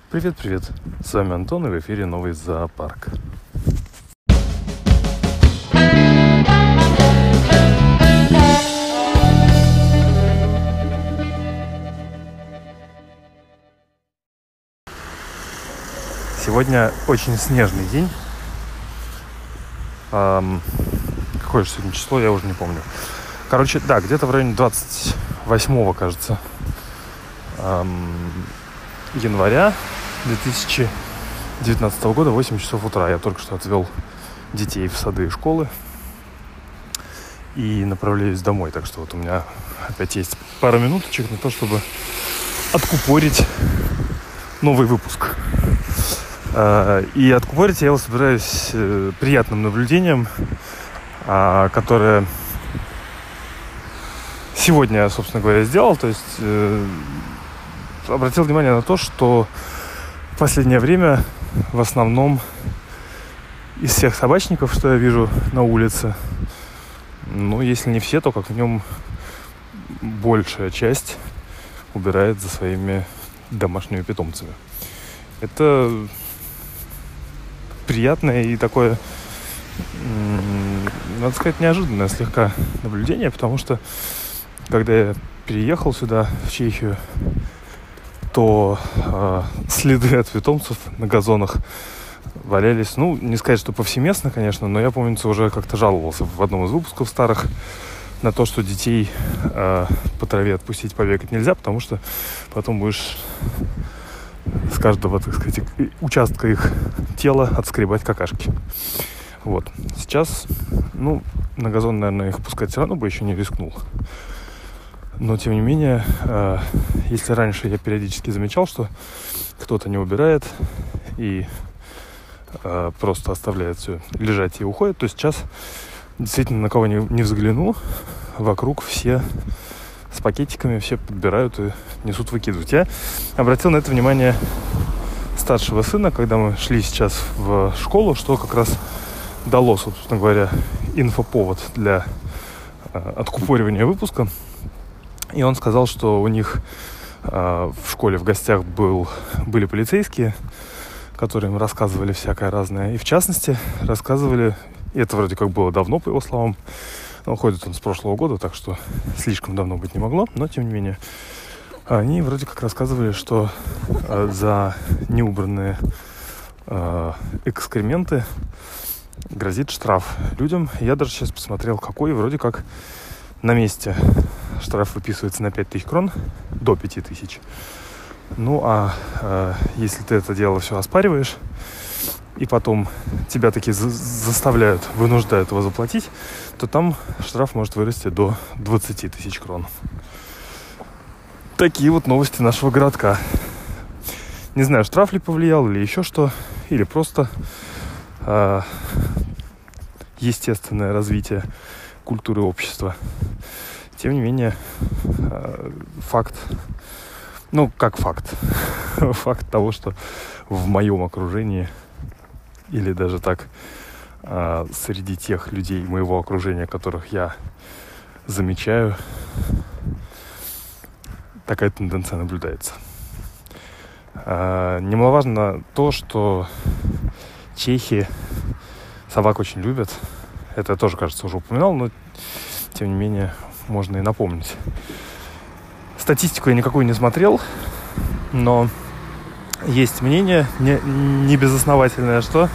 Привет-привет, с вами Антон, и в эфире новый зоопарк. Сегодня очень снежный день. Какое же сегодня число, я уже не помню. Короче, да, где-то в районе 28-го, кажется, января 2019 года, 8 часов утра. Я только что отвел детей в сады и школы и направляюсь домой. Так что вот у меня опять есть пару минуточек на то, чтобы откупорить новый выпуск. И откупорить я его собираюсь приятным наблюдением, которое сегодня я, собственно говоря, сделал. То есть обратил внимание на то, что в последнее время в основном из всех собачников, что я вижу на улице, ну, если не все, то как минимум большая часть убирает за своими домашними питомцами. Это приятное и такое, надо сказать, неожиданное слегка наблюдение, потому что когда я переехал сюда, в Чехию, то следы от питомцев на газонах валялись, ну, не сказать, что повсеместно, конечно, но я, помнится, уже как-то жаловался в одном из выпусков старых на то, что детей по траве отпустить побегать нельзя, потому что потом будешь с каждого, так сказать, участка их тела отскребать какашки. Вот. Сейчас, ну, на газон, наверное, их пускать все равно бы еще не рискнул. Но, тем не менее, если раньше я периодически замечал, что кто-то не убирает и просто оставляет все лежать и уходит, то сейчас действительно на кого не взгляну, вокруг все с пакетиками, все подбирают и несут выкидывать. Я обратил на это внимание старшего сына, когда мы шли сейчас в школу, что как раз дало, собственно говоря, инфоповод для откупоривания выпуска. И он сказал, что у них в школе в гостях были полицейские, которые им рассказывали всякое разное. И в частности рассказывали, и это вроде как было давно, по его словам, но ходит он с прошлого года, так что слишком давно быть не могло, но тем не менее они вроде как рассказывали, что за неубранные экскременты грозит штраф людям. Я даже сейчас посмотрел, какой, вроде как на месте штраф выписывается на 5000 крон, до 5000. Ну, а если ты это дело все оспариваешь, и потом тебя таки заставляют, вынуждают его заплатить, то там штраф может вырасти до 20 000 крон. Такие вот новости нашего городка. Не знаю, штраф ли повлиял, или еще что, или просто естественное развитие культуры общества. Тем не менее, факт, ну, как факт, факт того, что в моем окружении, или даже так, среди тех людей моего окружения, которых я замечаю, такая тенденция наблюдается. Немаловажно то, что чехи собак очень любят. Это я тоже, кажется, уже упоминал, но тем не менее можно и напомнить. Статистику я никакую не смотрел, но есть мнение не безосновательное, что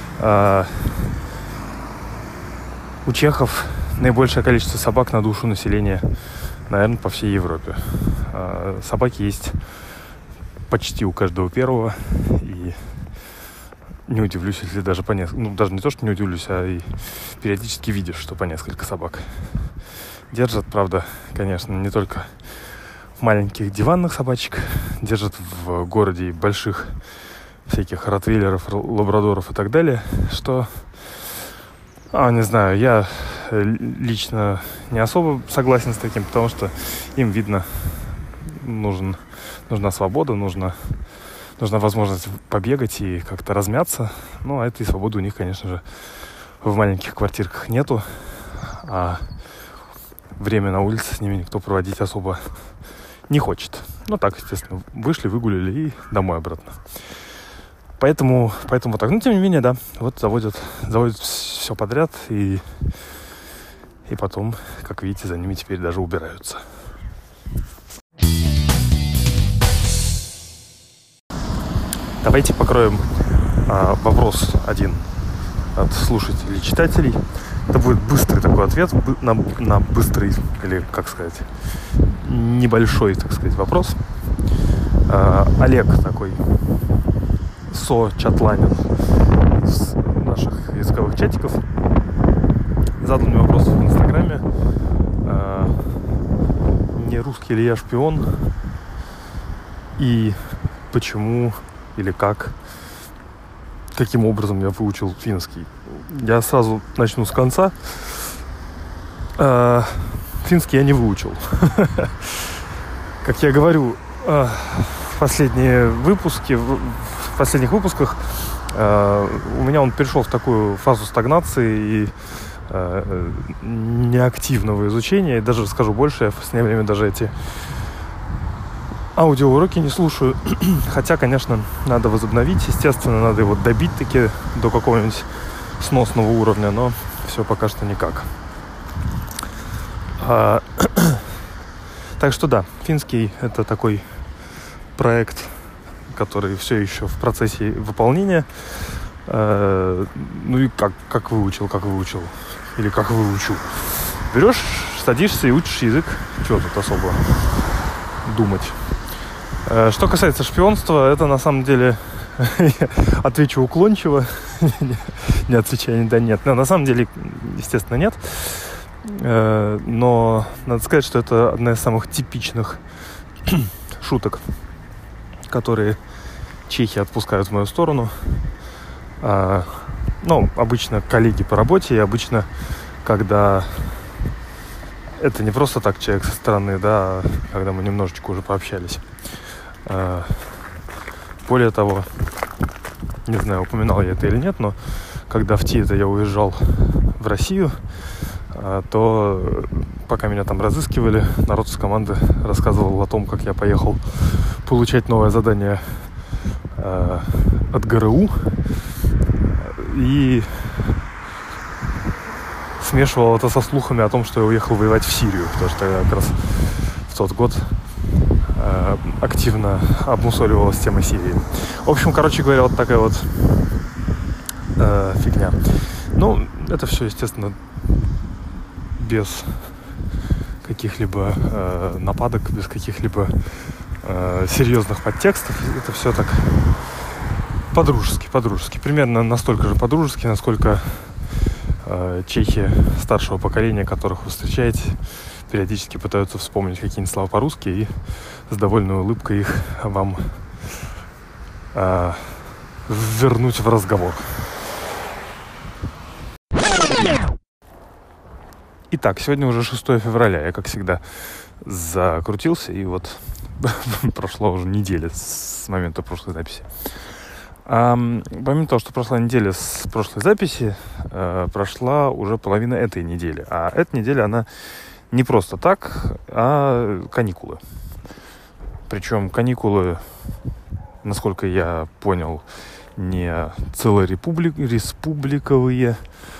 у чехов наибольшее количество собак на душу населения, наверное, по всей Европе. Собаки есть почти у каждого первого, и не удивлюсь, если даже по несколько, ну, даже не то, что не удивлюсь, а и периодически видишь, что по несколько собак. Держат, правда, конечно, не только маленьких диванных собачек, держат в городе больших всяких ротвейлеров, лабрадоров и так далее, что, не знаю, я лично не особо согласен с таким, потому что им, видно, нужна свобода, нужна возможность побегать и как-то размяться. Ну, а этой свободы у них, конечно же, в маленьких квартирках нету, а время на улице с ними никто проводить особо не хочет. Ну, так, естественно, вышли, выгулили и домой обратно. Поэтому вот так. Но, тем не менее, да, вот заводят все подряд, и потом, как видите, за ними теперь даже убираются. Давайте покроем вопрос один от слушателей и читателей. Это будет быстрый такой ответ на быстрый, или, как сказать, небольшой, так сказать, вопрос. Олег такой со-чатланин из наших языковых чатиков задал мне вопрос в Инстаграме. Не русский ли я шпион? И почему или каким образом я выучил финский? Я сразу начну с конца. Финский я не выучил. Как я говорю, в последних выпусках у меня он перешел в такую фазу стагнации и неактивного изучения. И даже скажу больше, я в последнее время даже эти аудиоуроки не слушаю. Хотя, конечно, надо возобновить. Естественно, надо его добить таки до какого-нибудь сносного уровня, но все пока что никак. Так что да, финский — это такой проект, который все еще в процессе выполнения. Ну и как выучил. Или как выучу. Берешь, садишься и учишь язык. Чего тут особо думать. Что касается шпионства, это на самом деле отвечу уклончиво. Не отвечаю да нет. Но на самом деле, естественно, нет. Но надо сказать, что это одна из самых типичных шуток, которые чехи отпускают в мою сторону. Ну, обычно коллеги по работе, и обычно, когда это не просто так человек со стороны, да, а когда мы немножечко уже пообщались. Более того, не знаю, упоминал я это или нет, но когда в ТИЭТа я уезжал в Россию, то пока меня там разыскивали, народ с команды рассказывал о том, как я поехал получать новое задание от ГРУ и смешивал это со слухами о том, что я уехал воевать в Сирию, потому что я как раз в тот год активно обмусоливалась тема Сирии. В общем, короче говоря, вот такая вот фигня. Ну, это все, естественно, без каких-либо нападок, без каких-либо серьезных подтекстов. Это все так по-дружески. Примерно настолько же по-дружески, насколько чехи старшего поколения, которых вы встречаете, периодически пытаются вспомнить какие-нибудь слова по-русски и с довольной улыбкой их вам вернуть в разговор. Итак, сегодня уже 6 февраля. Я, как всегда, закрутился, и вот прошла уже неделя с момента прошлой записи. Помимо того, что прошла неделя с прошлой записи, прошла уже половина этой недели. А эта неделя, она не просто так, а каникулы. Причем каникулы, насколько я понял, не целореспубликовые,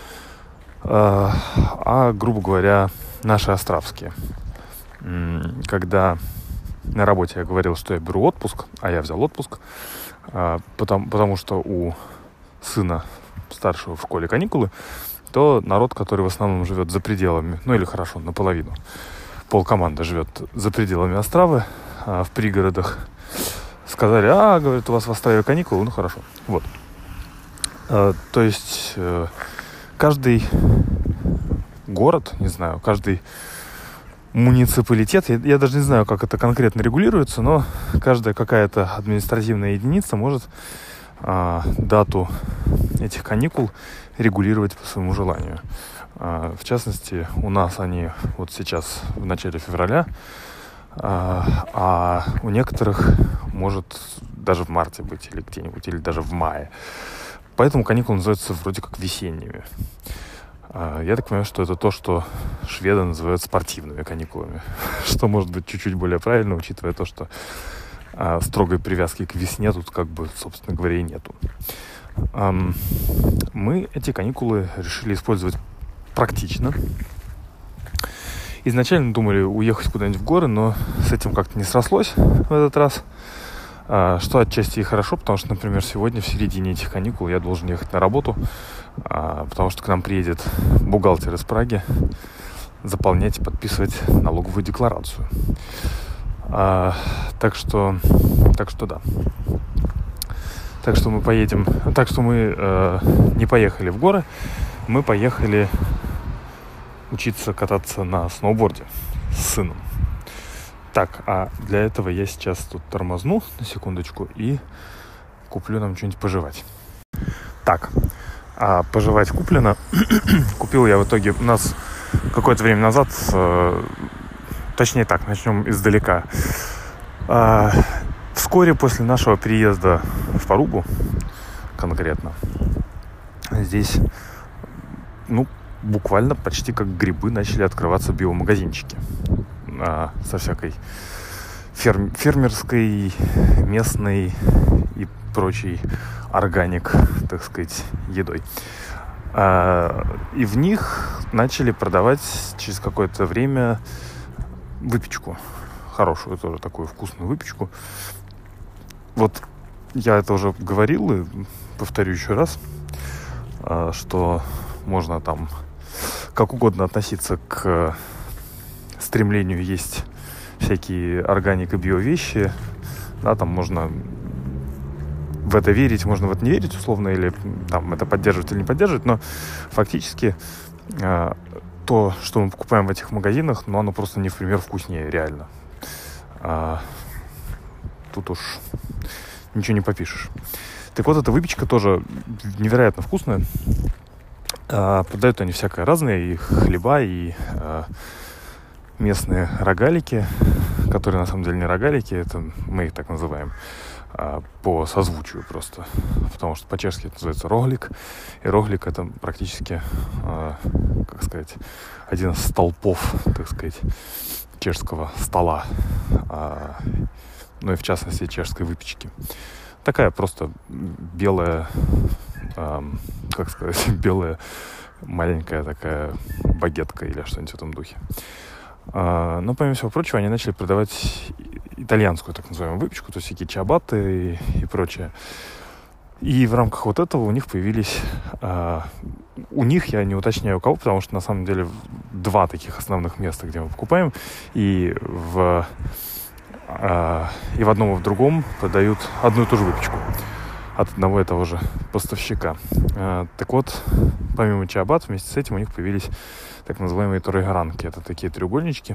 а, грубо говоря, наши островские. Когда на работе я говорил, что я беру отпуск, а я взял отпуск, потому что у сына старшего в школе каникулы, то народ, который в основном живет за пределами, ну или хорошо, наполовину, полкоманда живет за пределами Островы, в пригородах, сказали, говорит, у вас в Острове каникулы, ну хорошо. Вот. То есть каждый город, не знаю, каждый муниципалитет, я даже не знаю, как это конкретно регулируется, но каждая какая-то административная единица может дату этих каникул регулировать по своему желанию. В частности, у нас они вот сейчас в начале февраля, а у некоторых может даже в марте быть или где-нибудь, или даже в мае. Поэтому каникулы называются вроде как весенними. Я так понимаю, что это то, что шведы называют спортивными каникулами. Что может быть чуть-чуть более правильно, учитывая то, что строгой привязки к весне тут, как бы, собственно говоря, и нету. Мы эти каникулы решили использовать практично. Изначально думали уехать куда-нибудь в горы, но с этим как-то не срослось в этот раз. Что отчасти и хорошо, потому что, например, сегодня в середине этих каникул я должен ехать на работу, потому что к нам приедет бухгалтер из Праги заполнять и подписывать налоговую декларацию. Так что да. Так что мы поедем. Так что мы не поехали в горы, мы поехали учиться кататься на сноуборде с сыном. Так, а для этого я сейчас тут тормозну на секундочку и куплю нам что-нибудь пожевать. Так, пожевать куплено. Купил я в итоге у нас какое-то время назад, точнее так, начнем издалека. Вскоре после нашего переезда в Парубу, конкретно, здесь, буквально почти как грибы начали открываться биомагазинчики со всякой фермерской, местной и прочей органик, так сказать, едой. И в них начали продавать через какое-то время выпечку. Хорошую тоже, такую вкусную выпечку. Вот я это уже говорил и повторю еще раз, что можно там как угодно относиться к стремлению есть всякие органик и биовещи. Да, там можно в это верить, можно в это не верить, условно, или там это поддерживать или не поддерживать, но фактически то, что мы покупаем в этих магазинах, оно просто не в пример вкуснее, реально. Тут уж ничего не попишешь. Так вот, эта выпечка тоже невероятно вкусная. Продают они всякое разное, и хлеба, и местные рогалики, которые на самом деле не рогалики, это мы их так называем по созвучию просто, потому что по-чешски это называется роглик, и роглик это практически, как сказать, один из столпов, так сказать, чешского стола, ну и в частности чешской выпечки. Такая просто белая, как сказать, белая маленькая такая багетка или что-нибудь в этом духе. Но, помимо всего прочего, они начали продавать итальянскую, так называемую, выпечку, то есть всякие чиабатты и прочее. И в рамках вот этого у них появились... у них, я не уточняю у кого, потому что на самом деле два таких основных места, где мы покупаем, и в одном, и в другом продают одну и ту же выпечку от одного и того же поставщика. Так вот, помимо чиабат, вместе с этим у них появились так называемые торрейгаранки. Это такие треугольнички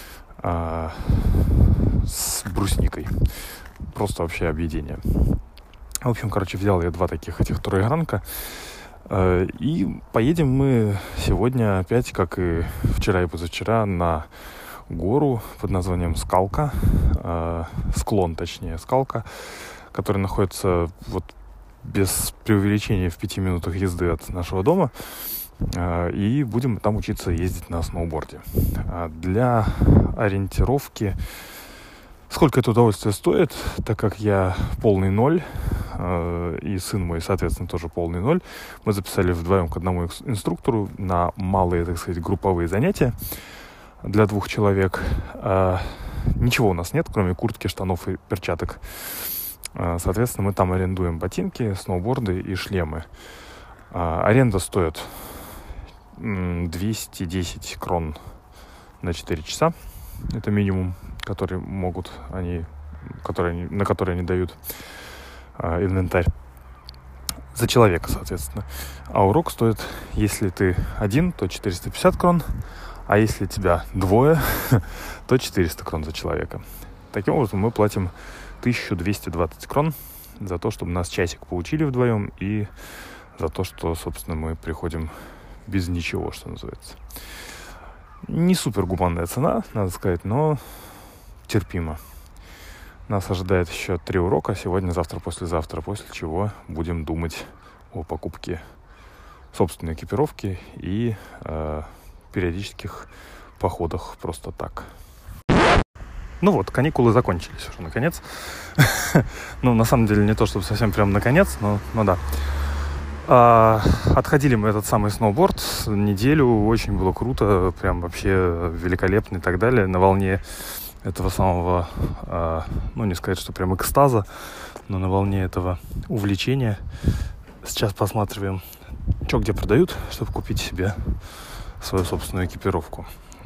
с брусникой. Просто вообще объедение. В общем, взял я два таких этих торрейгаранка. И поедем мы сегодня опять, как и вчера и позавчера, на гору под названием Скалка. Склон, точнее, Скалка, который находится вот без преувеличения в 5 минутах езды от нашего дома. И будем там учиться ездить на сноуборде. Для ориентировки, сколько это удовольствие стоит, так как я полный ноль, и сын мой, соответственно, тоже полный ноль, мы записали вдвоем к одному инструктору на малые, так сказать, групповые занятия для 2 человек. Ничего у нас нет, кроме куртки, штанов и перчаток. Соответственно, мы там арендуем ботинки, сноуборды и шлемы. Аренда стоит 210 крон на 4 часа. Это минимум, который на который они дают инвентарь за человека, соответственно. А урок стоит, если ты один, то 450 крон, а если тебя 2, то 400 крон за человека. Таким образом, мы платим 1220 крон за то, чтобы нас часик поучили вдвоем, и за то, что, собственно, мы приходим без ничего, что называется. Не супер гуманная цена, надо сказать, но терпимо. Нас ожидает еще 3 урока сегодня, завтра, послезавтра, после чего будем думать о покупке собственной экипировки и периодических походах просто так. Ну вот, каникулы закончились уже, наконец. Ну, на самом деле, не то, чтобы совсем прям наконец, но да. Отходили мы этот самый сноуборд неделю, очень было круто, прям вообще великолепно и так далее. На волне этого самого, ну, не сказать, что прям экстаза, но на волне этого увлечения. Сейчас посматриваем, что где продают, чтобы купить себе свою собственную экипировку.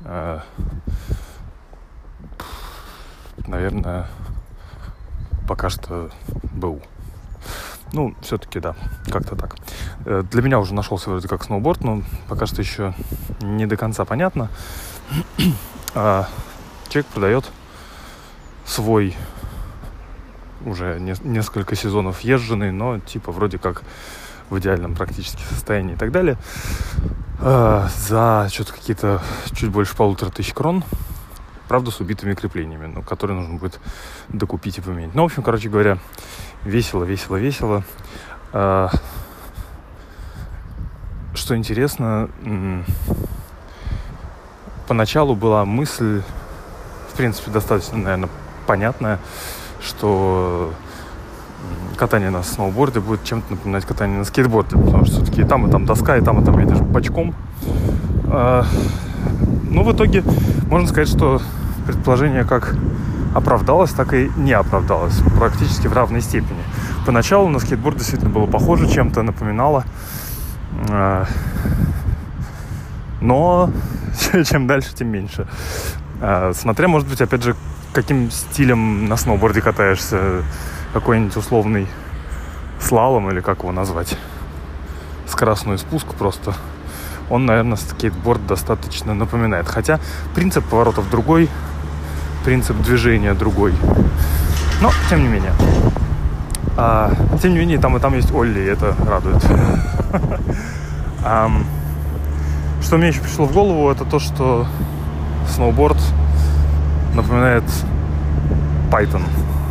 Наверное, пока что БУ. Ну, все-таки, да, как-то так. Для меня уже нашелся вроде как сноуборд, но пока что еще не до конца понятно. Человек продает свой уже несколько сезонов езженный, но типа вроде как в идеальном практически состоянии и так далее. За что-то какие-то чуть больше 1500 крон. Правда, с убитыми креплениями, но которые нужно будет докупить и поменять. Ну, в общем, короче говоря, весело. Что интересно, поначалу была мысль, в принципе, достаточно, наверное, понятная, что катание на сноуборде будет чем-то напоминать катание на скейтборде, потому что все-таки и там доска, и там едешь бочком. Но в итоге можно сказать, что предположение как оправдалось, так и не оправдалось практически в равной степени. Поначалу на скейтборд действительно было похоже, чем-то напоминало, но чем дальше, тем меньше. Смотря, может быть, опять же, каким стилем на сноуборде катаешься, какой-нибудь условный слалом или как его назвать, скоростной спуск просто. Он, наверное, скейтборд достаточно напоминает. Хотя принцип поворотов другой, принцип движения другой. Но, тем не менее. Тем не менее, там и там есть Олли, и это радует. Что мне еще пришло в голову, это то, что сноуборд напоминает Python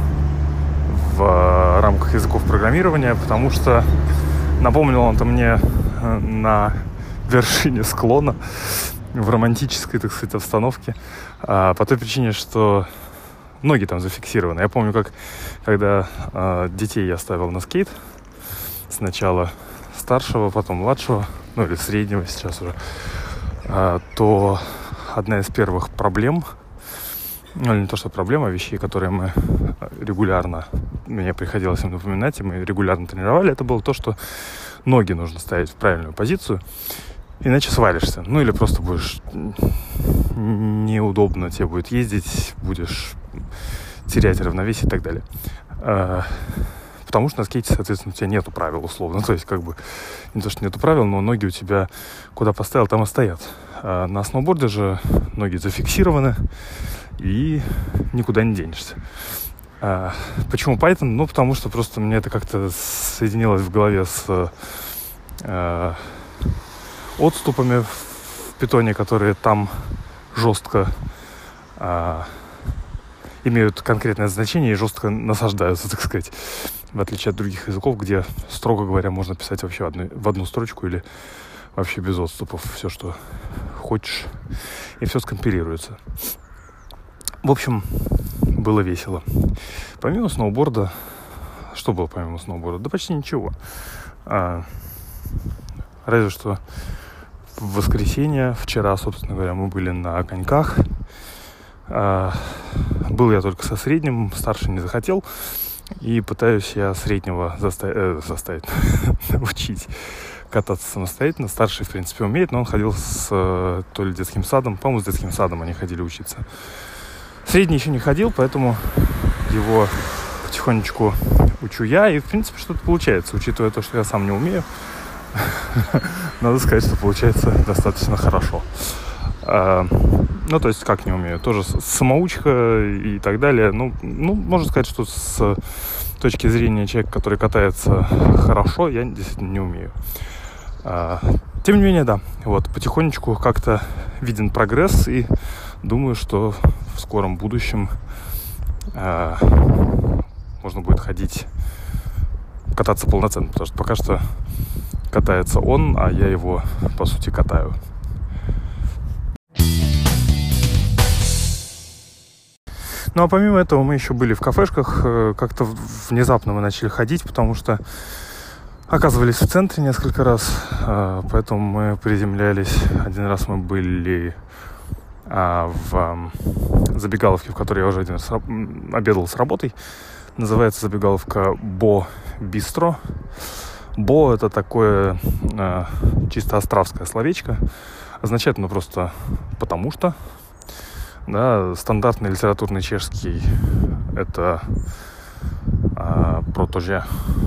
в рамках языков программирования, потому что напомнил он-то мне на вершине склона в романтической, так сказать, обстановке, по той причине, что ноги там зафиксированы. Я помню, когда детей я ставил на скейт, сначала старшего, потом младшего, ну или среднего сейчас уже, то одна из первых проблем, ну не то что проблема, вещей, которые мне приходилось им напоминать, и мы регулярно тренировали, это было то, что ноги нужно ставить в правильную позицию, иначе свалишься. Ну или просто будешь неудобно тебе будет ездить, будешь терять равновесие и так далее. Потому что на скейте, соответственно, у тебя нету правил, условно. То есть, как бы, не то, что нету правил, но ноги у тебя куда поставил, там и стоят. На сноуборде же ноги зафиксированы, и никуда не денешься. Почему Python? Ну, потому что просто мне это как-то соединилось в голове с отступами в питоне, которые там жестко имеют конкретное значение и жестко насаждаются, так сказать, в отличие от других языков, где, строго говоря, можно писать вообще в одну строчку или вообще без отступов все, что хочешь, и все скомпилируется. В общем, было весело. Помимо сноуборда, что было помимо сноуборда? Да почти ничего. Разве что в воскресенье, вчера, собственно говоря, мы были на коньках. Был я только со средним, старший не захотел. И пытаюсь я среднего заставить учить кататься самостоятельно. Старший, в принципе, умеет, но он ходил то ли детским садом, по-моему, с детским садом они ходили учиться. Средний еще не ходил, поэтому его потихонечку учу я. И, в принципе, что-то получается, учитывая то, что я сам не умею. Надо сказать, что получается достаточно хорошо. Ну, то есть, как не умею, тоже самоучка и так далее. Ну, можно сказать, что с точки зрения человека, который катается хорошо, я действительно не умею. Тем не менее, да, вот, потихонечку как-то виден прогресс, и думаю, что в скором будущем можно будет кататься полноценно, потому что пока что катается он, а я его, по сути, катаю. Ну, а помимо этого мы еще были в кафешках. Как-то внезапно мы начали ходить, потому что оказывались в центре несколько раз. Поэтому мы приземлялись. Один раз мы были в забегаловке, в которой я уже один раз обедал с работой. Называется забегаловка Бо Бистро. Бо — это такое чисто островское словечко. Означает оно просто «потому что». Да, стандартный литературный чешский — это протоже,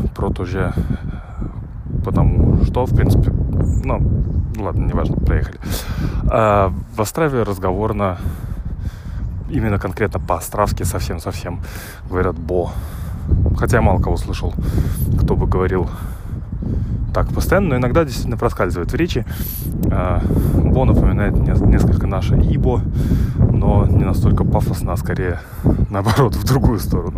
потому что, в принципе, ну, ладно, неважно, проехали. В Острове разговорно, именно конкретно по-островски совсем говорят «бо». Хотя я мало кого слышал, кто бы говорил так постоянно, но иногда действительно проскальзывает в речи. Бо напоминает несколько наше «ибо», но не настолько пафосно, а скорее наоборот, в другую сторону.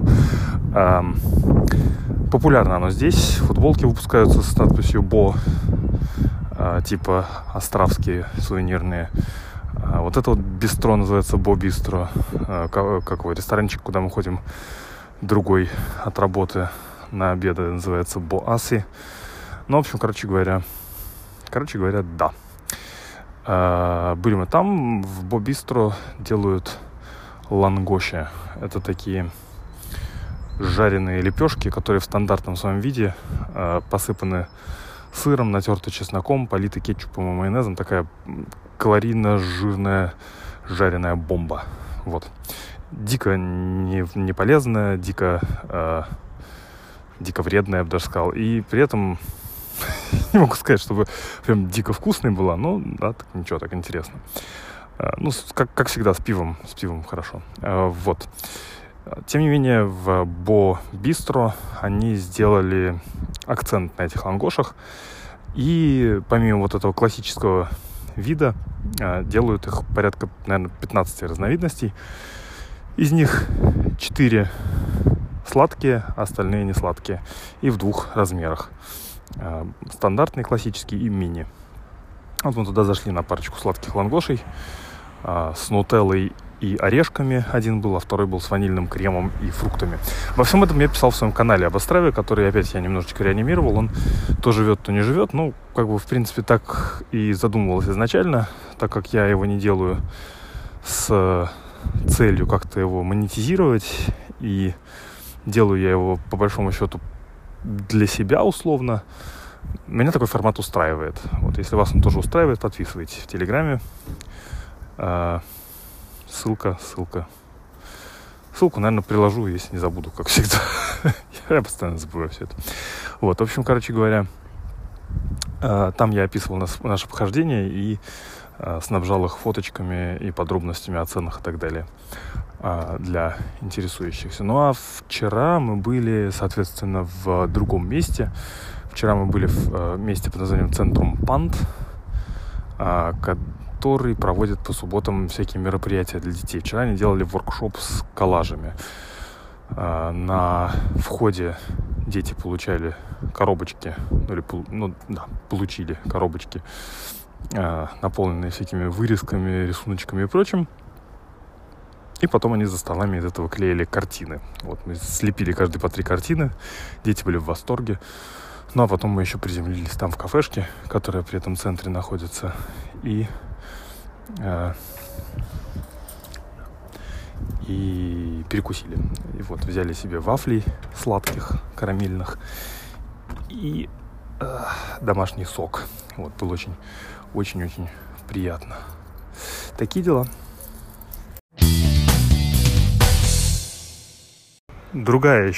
Популярно оно здесь. Футболки выпускаются с надписью «бо», типа островские, сувенирные. Вот это вот бистро называется «Бо Бистро». Какой ресторанчик, куда мы ходим другой от работы на обеды, называется «Бо Аси». Ну, в общем, короче говоря, да. Были мы там. В Бо Бистро делают лангоши. Это такие жареные лепешки, которые в стандартном своем виде посыпаны сыром, натерты чесноком, политы кетчупом и майонезом. Такая калорийно-жирная жареная бомба. Вот. Дико не полезная, дико вредная, я бы даже сказал. И при этом не могу сказать, чтобы прям дико вкусной была, но да, так ничего, так интересно. Ну, как всегда, с пивом хорошо. Вот. Тем не менее, в Бо Бистро они сделали акцент на этих лангошах. И помимо вот этого классического вида, делают их порядка, наверное, 15 разновидностей. Из них 4 сладкие, остальные не сладкие. И в 2 размерах. Стандартный, классический и мини. Вот мы туда зашли на парочку сладких лангошей с нутеллой и орешками. Один был, а второй был с ванильным кремом и фруктами. Во всем этом я писал в своем канале об Острове, который опять я немножечко реанимировал. Он то живет, то не живет. Ну, как бы, в принципе, так и задумывалось изначально, так как я его не делаю с целью как-то его монетизировать. И делаю я его, по большому счету, для себя условно. Меня такой формат устраивает. Вот, если вас он тоже устраивает, подписывайтесь в Телеграме. Ссылку, наверное, приложу, если не забуду, как всегда. Я постоянно забываю все это. Вот, в общем, короче говоря, там я описывал наше похождение и снабжал их фоточками и подробностями о ценах и так далее для интересующихся. Ну, а вчера мы были, соответственно, в другом месте. Вчера мы были в месте под названием Центрум Пант, который проводит по субботам всякие мероприятия для детей. Вчера они делали воркшоп с коллажами. На входе дети получали коробочки, получили коробочки, наполненные всякими вырезками, рисуночками и прочим. И потом они за столами из этого клеили картины. Вот мы слепили каждый по 3 картины. Дети были в восторге. Ну, а потом мы еще приземлились там в кафешке, которая при этом центре находится. И перекусили. И вот взяли себе вафлей сладких, карамельных и домашний сок. Вот, было очень-очень приятно. Такие дела. Другое.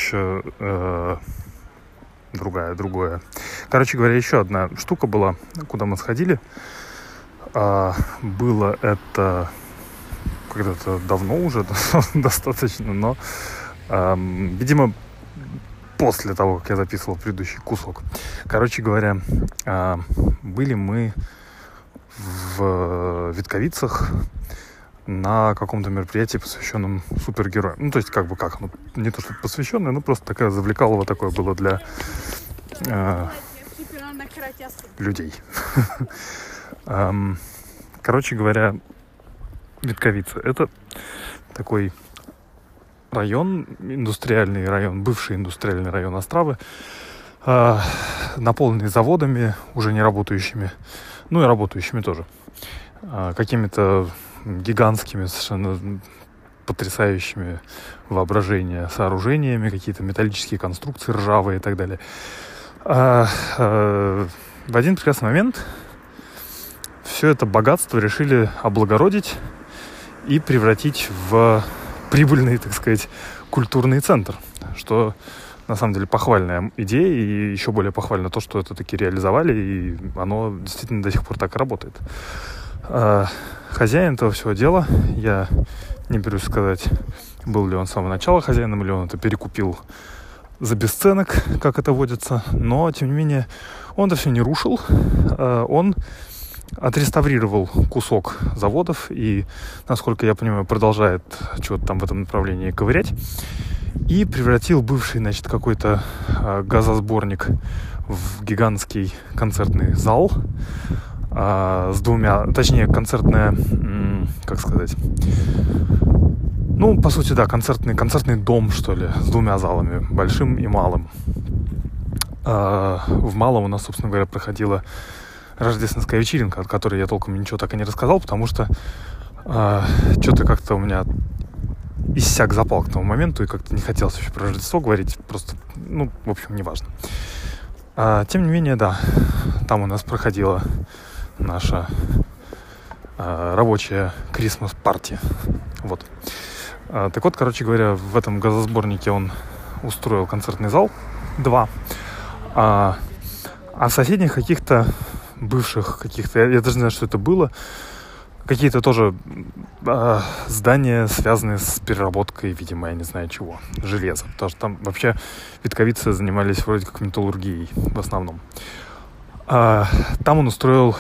Короче говоря, еще одна штука была, куда мы сходили. Было это когда-то давно уже, достаточно, но, видимо, после того, как я записывал предыдущий кусок. Короче говоря, были мы в Витковицах на каком-то мероприятии, посвященном супергероям. Ну, то есть, не то, что посвященное, но просто такая завлекалово такое было для людей. Короче говоря, Витковица — это такой район, индустриальный район, бывший индустриальный район Островы, наполненный заводами, уже не работающими, ну и работающими тоже, какими-то гигантскими, совершенно потрясающими воображение сооружениями, какие-то металлические конструкции ржавые и так далее. В один прекрасный момент все это богатство решили облагородить и превратить в прибыльный, так сказать, культурный центр, что на самом деле похвальная идея, и еще более похвально то, что это таки реализовали, и оно действительно до сих пор так и работает. Хозяин этого всего дела, я не берусь сказать, был ли он с самого начала хозяином, или он это перекупил за бесценок, как это водится, но, тем не менее, он это все не рушил, он отреставрировал кусок заводов и, насколько я понимаю, продолжает что-то там в этом направлении ковырять, и превратил бывший, значит, какой-то газосборник в гигантский концертный зал с двумя, точнее, концертная, как сказать, ну, по сути, да, концертный дом, что ли, с двумя залами, большим и малым. В малом у нас, собственно говоря, проходила рождественская вечеринка, от которой я толком ничего так и не рассказал, потому что что-то как-то у меня иссяк запал к тому моменту, и как-то не хотелось еще про Рождество говорить, просто, ну, в общем, неважно. Тем не менее, да, там у нас проходила наша рабочая Christmas-парти. Вот. Так вот, короче говоря, в этом газосборнике он устроил концертный зал 2, а в соседних каких-то бывших, я даже не знаю, что это было, какие-то тоже здания, связанные с переработкой, видимо, я не знаю чего, железа. Потому что там вообще витковицы занимались вроде как металлургией в основном. Там он устроил,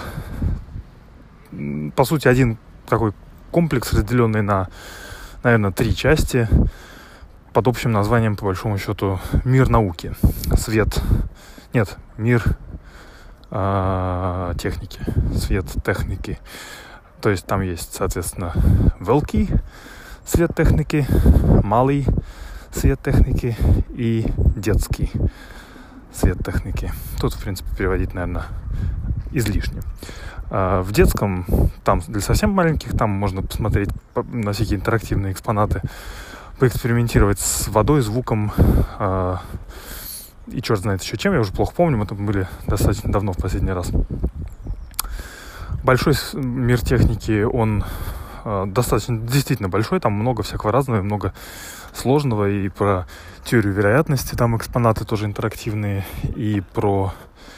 по сути, один такой комплекс, разделенный на, наверное, 3 части, под общим названием, по большому счету, «Мир науки». Мир техники, свет техники. То есть там есть, соответственно, великий свет техники, малый свет техники и детский свет техники. Тут, в принципе, переводить, наверное, излишне. В детском, там для совсем маленьких, там можно посмотреть на всякие интерактивные экспонаты, поэкспериментировать с водой, звуком и черт знает еще чем, я уже плохо помню, мы там были достаточно давно в последний раз. Большой мир техники, он достаточно, действительно большой, там много всякого разного, много сложного, и про теорию вероятности там экспонаты тоже интерактивные, и про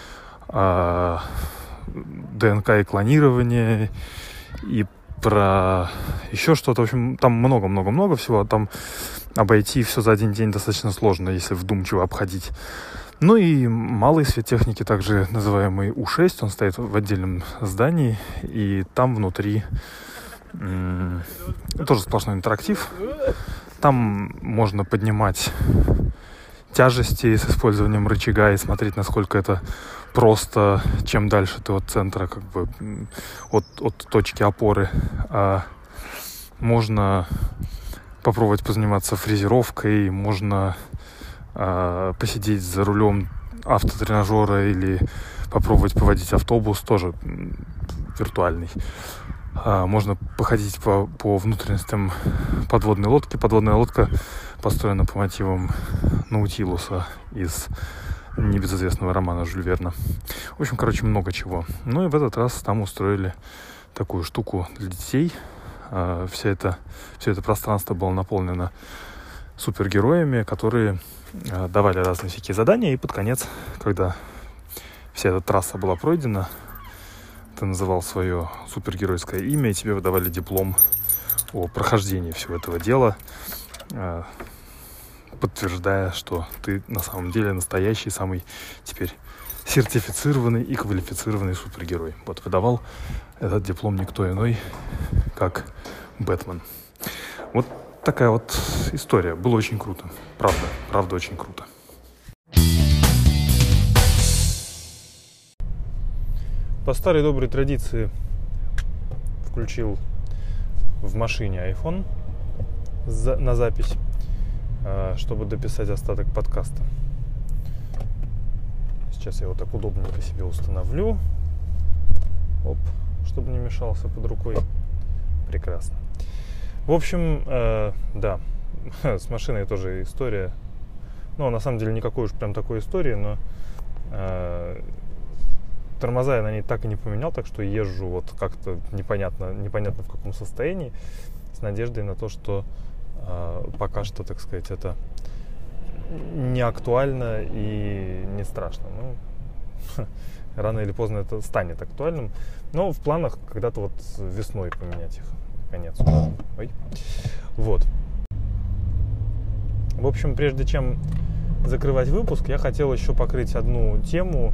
ДНК и клонирование, и про еще что-то. В общем, там много-много-много всего. Там обойти все за один день достаточно сложно, если вдумчиво обходить. Ну и малый свет техники, также называемый У6, он стоит в отдельном здании, и там внутри тоже сплошной интерактив. Там можно поднимать тяжести с использованием рычага и смотреть, насколько это просто, чем дальше ты от центра, как бы от точки опоры. Можно попробовать позаниматься фрезеровкой, можно посидеть за рулем автотренажера или попробовать поводить автобус, тоже виртуальный. Можно походить по внутренностям подводной лодки. Подводная лодка построена по мотивам Наутилуса из небезызвестного романа Жюль Верна. В общем, короче, много чего. Ну и в этот раз там устроили такую штуку для детей. Все это пространство было наполнено супергероями, которые давали разные всякие задания. И под конец, когда вся эта трасса была пройдена, ты называл свое супергеройское имя, и тебе выдавали диплом о прохождении всего этого дела, подтверждая, что ты на самом деле настоящий, самый теперь сертифицированный и квалифицированный супергерой. Вот выдавал этот диплом никто иной, как Бэтмен. Вот такая вот история. Было очень круто. Правда очень круто. По старой доброй традиции включил в машине iPhone на запись, чтобы дописать остаток подкаста. Сейчас я его так удобненько себе установлю. Оп, чтобы не мешался под рукой. Прекрасно. В общем, да, с машиной тоже история. Ну, на самом деле, никакой уж прям такой истории, но тормоза я на ней так и не поменял, так что езжу вот как-то непонятно в каком состоянии, с надеждой на то, что пока что, так сказать, это не актуально и не страшно. Ну, рано или поздно это станет актуальным. Но в планах когда-то вот весной поменять их, наконец. Ой. Вот. В общем, прежде чем закрывать выпуск, я хотел еще покрыть одну тему,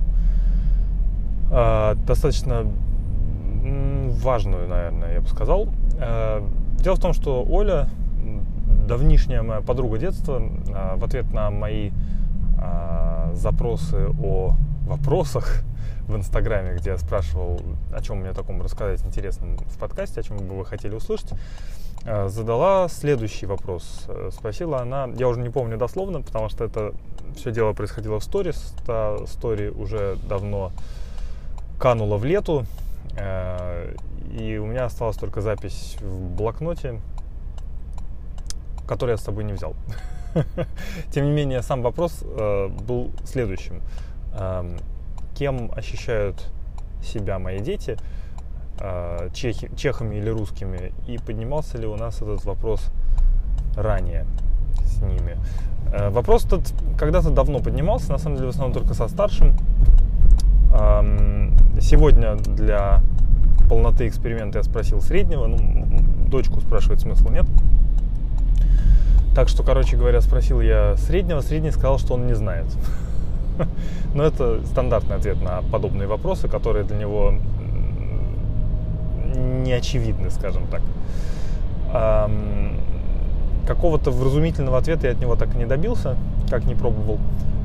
достаточно важную, наверное, я бы сказал. Дело в том, что Оля, давнишняя моя подруга детства, в ответ на мои запросы о вопросах в Инстаграме, где я спрашивал, о чем мне таком рассказать интересном в подкасте, о чем бы вы хотели услышать, задала следующий вопрос. Спросила она, я уже не помню дословно, потому что это все дело происходило в сторис. Та стори уже давно канула в лету, и у меня осталась только запись в блокноте, который я с собой не взял. Тем не менее, сам вопрос был следующим. Кем ощущают себя мои дети, чехами или русскими? И поднимался ли у нас этот вопрос ранее с ними? Вопрос этот когда-то давно поднимался, на самом деле в основном только со старшим. Сегодня для полноты эксперимента я спросил среднего, дочку спрашивать смысла нет. Так что, короче говоря, спросил я среднего, средний сказал, что он не знает. Но это стандартный ответ на подобные вопросы, которые для него не очевидны, скажем так. Какого-то вразумительного ответа я от него так и не добился, как не пробовал.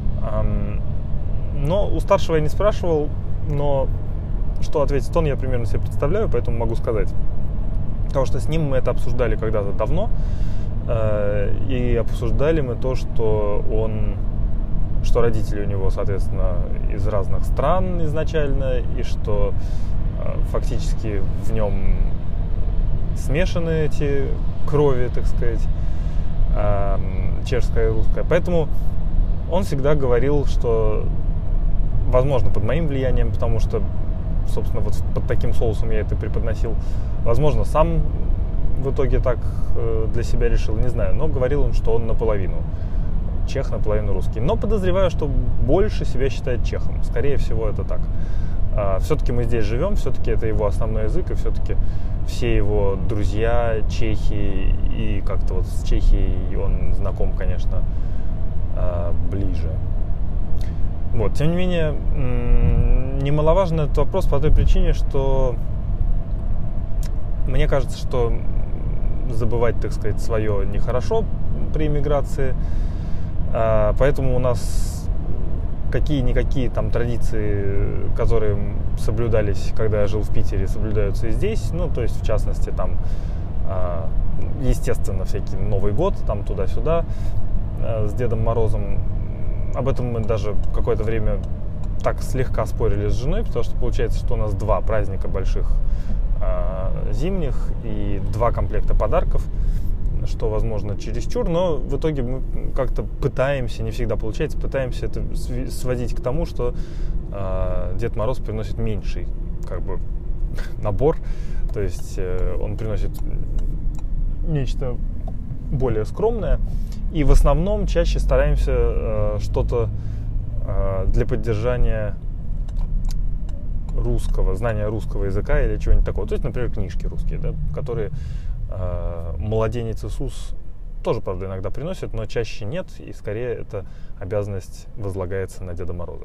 Но у старшего я не спрашивал, но что ответит он, я примерно себе представляю, поэтому могу сказать. Потому что с ним мы это обсуждали когда-то давно, и обсуждали мы то, что родители у него, соответственно, из разных стран изначально, и что фактически в нем смешаны эти крови, так сказать, чешская и русская. Поэтому он всегда говорил, что, возможно, под моим влиянием, потому что, собственно, вот под таким соусом я это преподносил, возможно, сам в итоге так для себя решил, не знаю, но говорил он, что он наполовину чех, наполовину русский. Но подозреваю, что больше себя считает чехом. Скорее всего, это так. Все-таки мы здесь живем, все-таки это его основной язык, и все-таки все его друзья чехи, и как-то вот с Чехией он знаком, конечно, ближе. Вот. Тем не менее, немаловажен этот вопрос по той причине, что мне кажется, что забывать, так сказать, свое нехорошо при эмиграции. Поэтому у нас какие-никакие там традиции, которые соблюдались, когда я жил в Питере, соблюдаются и здесь. Ну, то есть, в частности, там, естественно, всякий Новый год, там туда-сюда с Дедом Морозом. Об этом мы даже какое-то время так слегка спорили с женой, потому что получается, что у нас два праздника больших зимних и два комплекта подарков, что, возможно, чересчур, но в итоге мы как-то пытаемся, не всегда получается, пытаемся это сводить к тому, что Дед Мороз приносит меньший, как бы, набор, то есть он приносит нечто более скромное, и в основном чаще стараемся что-то для поддержания русского, знания русского языка или чего-нибудь такого. То есть, например, книжки русские, да, которые младенец Иисус тоже, правда, иногда приносит, но чаще нет, и скорее эта обязанность возлагается на Деда Мороза.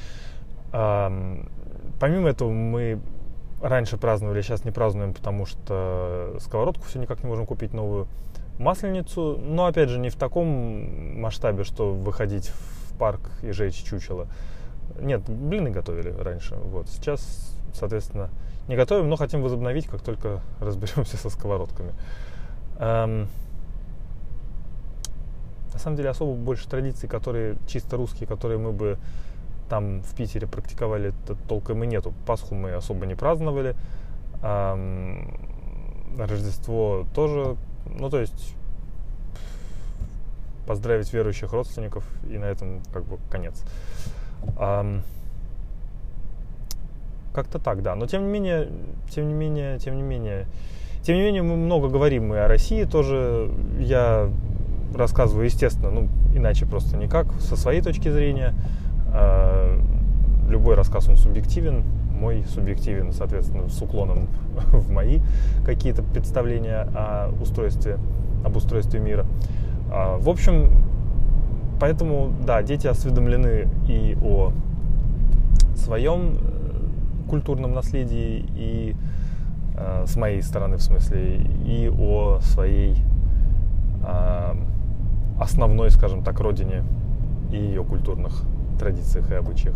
Помимо этого, мы раньше праздновали, сейчас не празднуем, потому что сковородку все никак не можем купить новую, масленицу, но, опять же, не в таком масштабе, что выходить в парк и жечь чучело. Нет, блины готовили раньше. Вот. Сейчас соответственно, не готовим, но хотим возобновить, как только разберемся со сковородками. На самом деле особо больше традиций, которые чисто русские, которые мы бы там в Питере практиковали, толком и нету. Пасху мы особо не праздновали. Рождество тоже, ну то есть поздравить верующих родственников, и на этом как бы конец. Как-то так, да. Но тем не менее, мы много говорим и о России тоже. Я рассказываю, естественно, ну, иначе просто никак, со своей точки зрения. Любой рассказ, он субъективен. Мой субъективен, соответственно, с уклоном в мои какие-то представления об устройстве мира. В общем, поэтому, да, дети осведомлены и о своем культурном наследии, и с моей стороны, в смысле, и о своей основной, скажем так, родине и ее культурных традициях и обычаях.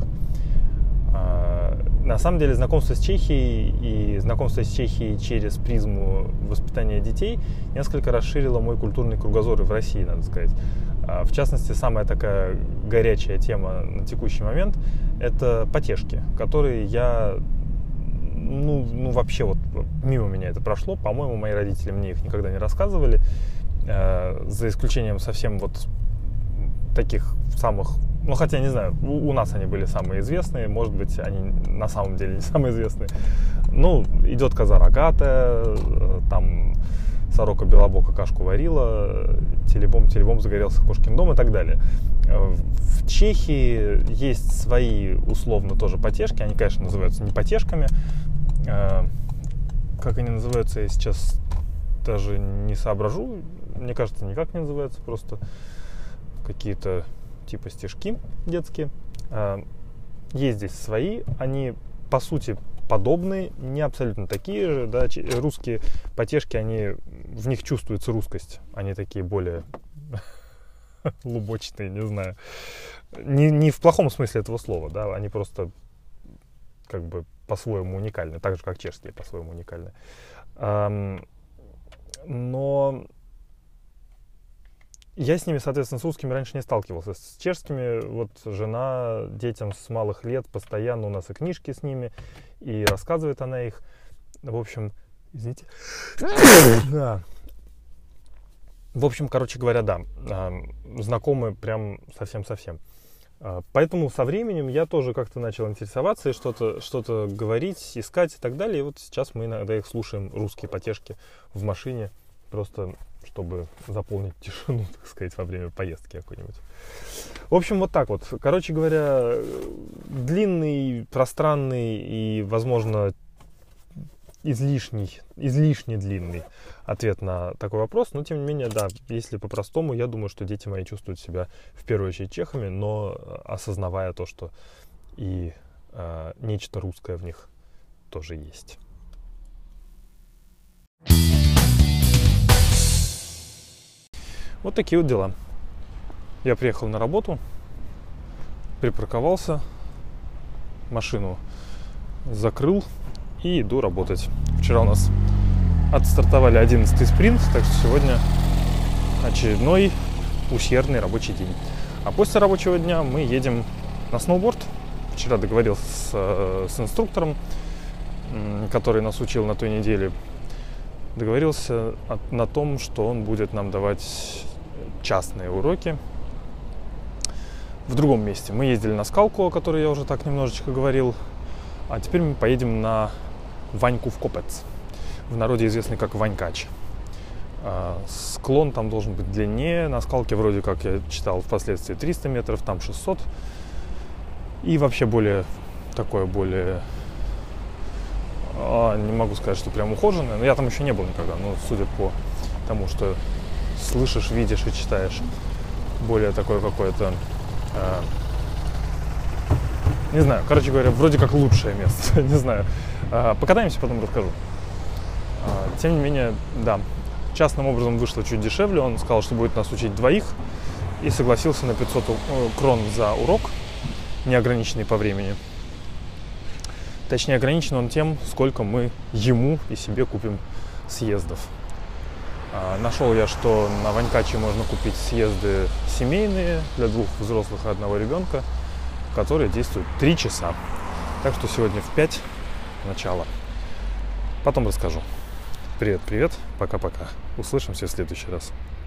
На самом деле знакомство с Чехией через призму воспитания детей несколько расширило мой культурный кругозор и в России, надо сказать. В частности, самая такая горячая тема на текущий момент – это потешки, которые я, вообще вот мимо меня это прошло. По-моему, мои родители мне их никогда не рассказывали, за исключением совсем вот таких самых, хотя не знаю, у нас они были самые известные, может быть, они на самом деле не самые известные. Идет коза рогатая, там сорока белобока кашку варила, телебом загорелся кошкин дом и так далее. В Чехии есть свои условно тоже потешки, они, конечно, называются не потешками. Как они называются, я сейчас даже не соображу. Мне кажется, никак не называются, просто какие-то типа стишки детские. Есть здесь свои, они по сути подобные, не абсолютно такие же, да. Русские потешки, в них чувствуется русскость, они такие более лубочные, не знаю. Не в плохом смысле этого слова, да, они просто как бы по-своему уникальны, так же как чешские по-своему уникальны. Но я с ними, соответственно, с русскими раньше не сталкивался. С чешскими вот жена детям с малых лет постоянно, у нас и книжки с ними, и рассказывает она их. В общем, извините. Да. В общем, короче говоря, да, знакомы прям совсем-совсем. Поэтому со временем я тоже как-то начал интересоваться и что-то говорить, искать и так далее. И вот сейчас мы иногда их слушаем, русские потешки, в машине, просто чтобы заполнить тишину, так сказать, во время поездки какой-нибудь. В общем, вот так вот. Короче говоря, длинный, пространный и, возможно, излишне длинный ответ на такой вопрос. Но, тем не менее, да, если по-простому, я думаю, что дети мои чувствуют себя в первую очередь чехами, но осознавая то, что и нечто русское в них тоже есть. Вот такие вот дела. Я приехал на работу, припарковался, машину закрыл и иду работать. Вчера у нас отстартовали 11-й спринт, так что сегодня очередной усердный рабочий день. А после рабочего дня мы едем на сноуборд. Вчера договорился с инструктором, который нас учил на той неделе. Договорился на том, что он будет нам давать частные уроки в другом месте. Мы ездили на скалку, о которой я уже так немножечко говорил, а теперь мы поедем на Ваньков копец, в народе известный как Ванькач. Склон там должен быть длиннее, на скалке вроде как я читал впоследствии 300 метров, там 600, и вообще более не могу сказать, что прям ухоженное, но я там еще не был никогда, но судя по тому, что слышишь, видишь и читаешь, более такое какое-то, не знаю, короче говоря, вроде как лучшее место, не знаю. Покатаемся, потом расскажу. Тем не менее, да, частным образом вышло чуть дешевле, он сказал, что будет нас учить двоих, и согласился на 500 крон за урок, неограниченный по времени. Точнее, ограничен он тем, сколько мы ему и себе купим съездов. Нашел я, что на Ванькаче можно купить съезды семейные для 2 взрослых и 1 ребенка, которые действуют 3 часа. Так что сегодня в 5 начало. Потом расскажу. Привет-привет, пока-пока. Услышимся в следующий раз.